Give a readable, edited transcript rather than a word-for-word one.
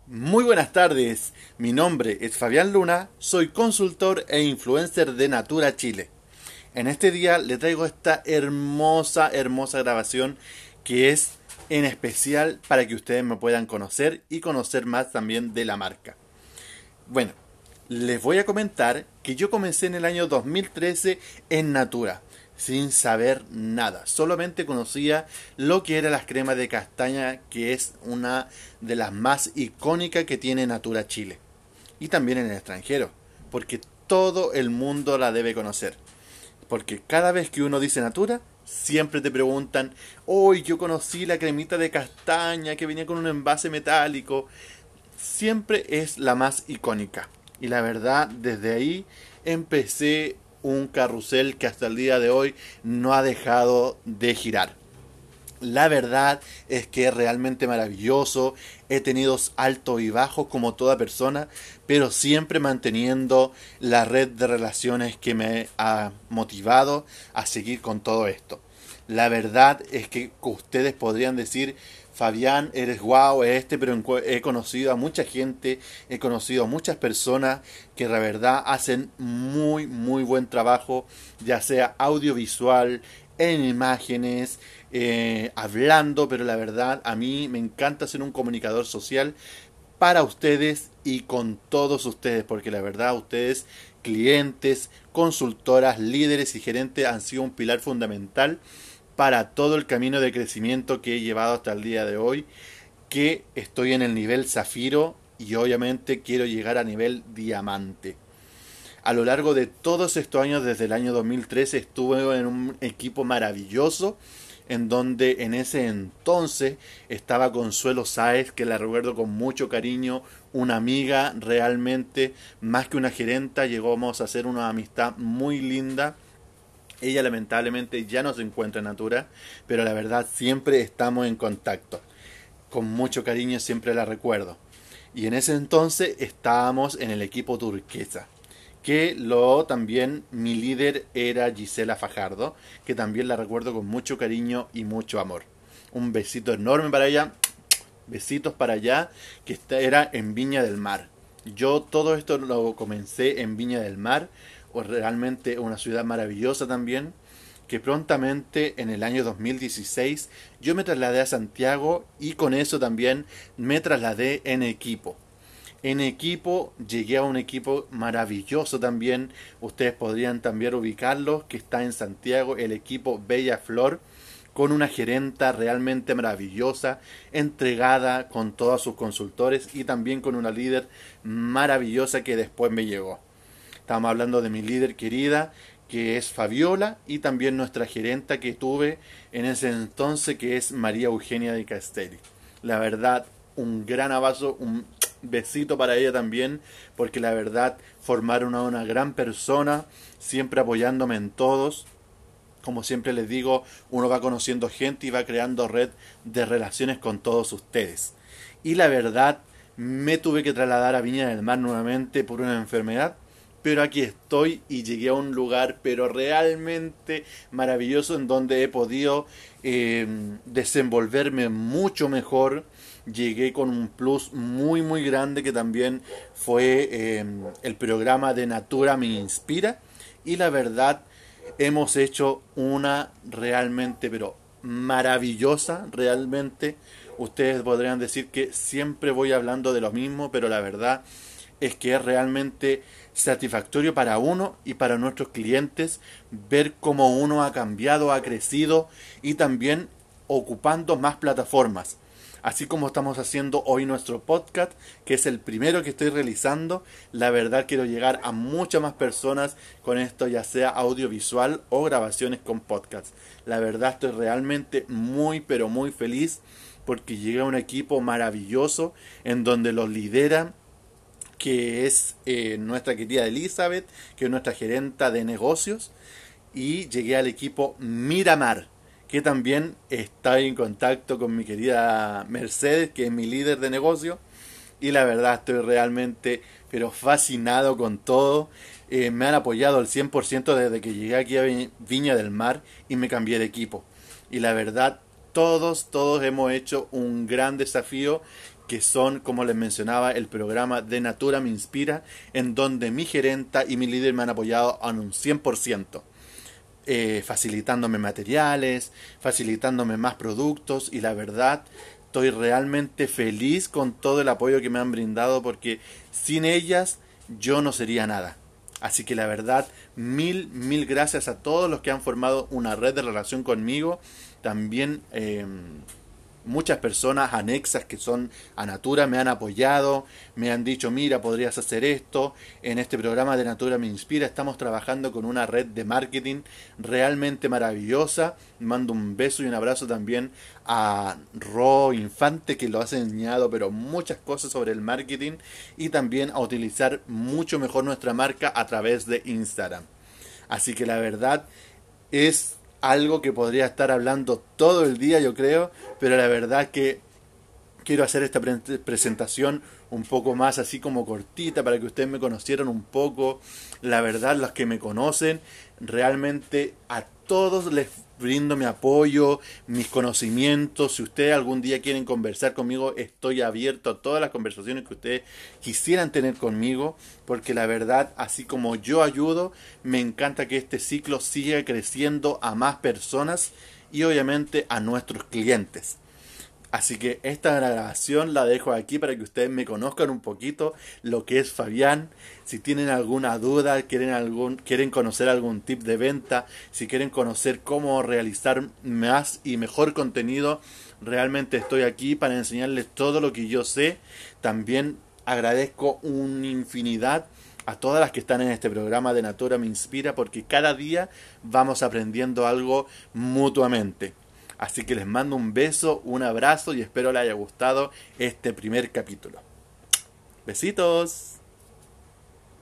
Muy buenas tardes, mi nombre es Fabián Luna, soy consultor e influencer de Natura Chile. En este día le traigo esta hermosa grabación que es en especial para que ustedes me puedan conocer y conocer más también de la marca. Bueno, les voy a comentar que yo comencé en el año 2013 en Natura, sin saber nada. Solamente conocía lo que eran las cremas de castaña, que es una de las más icónicas que tiene Natura Chile. Y también en el extranjero, porque todo el mundo la debe conocer. Porque cada vez que uno dice Natura, siempre te preguntan, hoy yo conocí la cremita de castaña que venía con un envase metálico. Siempre es la más icónica. Y la verdad, desde ahí empecé un carrusel que hasta el día de hoy no ha dejado de girar. La verdad es que es realmente maravilloso. He tenido altos y bajos como toda persona, pero siempre manteniendo la red de relaciones que me ha motivado a seguir con todo esto. La verdad es que ustedes podrían decir, Fabián, eres guau, pero he conocido a mucha gente, he conocido a muchas personas que la verdad hacen muy buen trabajo, ya sea audiovisual, en imágenes, hablando, pero la verdad a mí me encanta ser un comunicador social para ustedes y con todos ustedes, porque la verdad ustedes, clientes, consultoras, líderes y gerentes han sido un pilar fundamental para todo el camino de crecimiento que he llevado hasta el día de hoy, que estoy en el nivel zafiro y obviamente quiero llegar a nivel diamante. A lo largo de todos estos años, desde el año 2013, estuve en un equipo maravilloso, en donde en ese entonces estaba Consuelo Sáez, que la recuerdo con mucho cariño, una amiga realmente, más que una gerenta, llegamos a hacer una amistad muy linda. Ella lamentablemente ya no se encuentra en Natura, pero la verdad siempre estamos en contacto. Con mucho cariño siempre la recuerdo. Y en ese entonces estábamos en el equipo turquesa, que también mi líder era Gisela Fajardo, que también la recuerdo con mucho cariño y mucho amor. Un besito enorme para ella, besitos para allá, que era en Viña del Mar. Yo todo esto lo comencé en Viña del Mar, o realmente una ciudad maravillosa también, que prontamente en el año 2016 yo me trasladé a Santiago y con eso también me trasladé en equipo. En equipo llegué a un equipo maravilloso también, ustedes podrían también ubicarlo, que está en Santiago, el equipo Bella Flor, con una gerenta realmente maravillosa, entregada con todos sus consultores y también con una líder maravillosa que después me llegó. Estamos hablando de mi líder querida, que es Fabiola, y también nuestra gerenta que tuve en ese entonces, que es María Eugenia de Castelli. La verdad, un gran abrazo, un besito para ella también, porque la verdad formaron a una gran persona, siempre apoyándome en todos. Como siempre les digo, uno va conociendo gente y va creando red de relaciones con todos ustedes. Y la verdad, me tuve que trasladar a Viña del Mar nuevamente por una enfermedad, pero aquí estoy y llegué a un lugar pero realmente maravilloso en donde he podido desenvolverme mucho mejor. Llegué con un plus muy grande que también fue el programa de Natura Me Inspira, y la verdad hemos hecho una realmente pero maravillosa, realmente. Ustedes podrían decir que siempre voy hablando de lo mismo, pero la verdad es que es realmente satisfactorio para uno y para nuestros clientes ver cómo uno ha cambiado, ha crecido y también ocupando más plataformas. Así como estamos haciendo hoy nuestro podcast, que es el primero que estoy realizando, la verdad quiero llegar a muchas más personas con esto, ya sea audiovisual o grabaciones con podcast. La verdad estoy realmente muy pero muy feliz porque llegué a un equipo maravilloso en donde los lideran, que es nuestra querida Elizabeth, que es nuestra gerenta de negocios, y llegué al equipo Miramar, que también está en contacto con mi querida Mercedes, que es mi líder de negocio, y la verdad estoy realmente pero fascinado con todo. Me han apoyado al 100% desde que llegué aquí a Viña del Mar y me cambié de equipo. Y la verdad, todos hemos hecho un gran desafío que son, como les mencionaba, el programa de Natura Me Inspira, en donde mi gerenta y mi líder me han apoyado en un 100%, facilitándome materiales, facilitándome más productos, y la verdad estoy realmente feliz con todo el apoyo que me han brindado, porque sin ellas yo no sería nada. Así que la verdad, mil gracias a todos los que han formado una red de relación conmigo. También muchas personas anexas que son a Natura me han apoyado, me han dicho, mira, podrías hacer esto. En este programa de Natura Me Inspira estamos trabajando con una red de marketing realmente maravillosa. Mando un beso y un abrazo también a Ro Infante, que lo ha enseñado pero muchas cosas sobre el marketing, y también a utilizar mucho mejor nuestra marca a través de Instagram. Así que la verdad es algo que podría estar hablando todo el día, yo creo, pero la verdad que quiero hacer esta presentación un poco más así como cortita para que ustedes me conocieran un poco. La verdad, los que me conocen, realmente a todos les brindo mi apoyo, mis conocimientos. Si ustedes algún día quieren conversar conmigo, estoy abierto a todas las conversaciones que ustedes quisieran tener conmigo, porque la verdad, así como yo ayudo, me encanta que este ciclo siga creciendo a más personas y obviamente a nuestros clientes. Así que esta grabación la dejo aquí para que ustedes me conozcan un poquito lo que es Fabián. Si tienen alguna duda, quieren conocer algún tip de venta, si quieren conocer cómo realizar más y mejor contenido, realmente estoy aquí para enseñarles todo lo que yo sé. También agradezco una infinidad a todas las que están en este programa de Natura Me Inspira, porque cada día vamos aprendiendo algo mutuamente. Así que les mando un beso, un abrazo, y espero les haya gustado este primer capítulo. Besitos.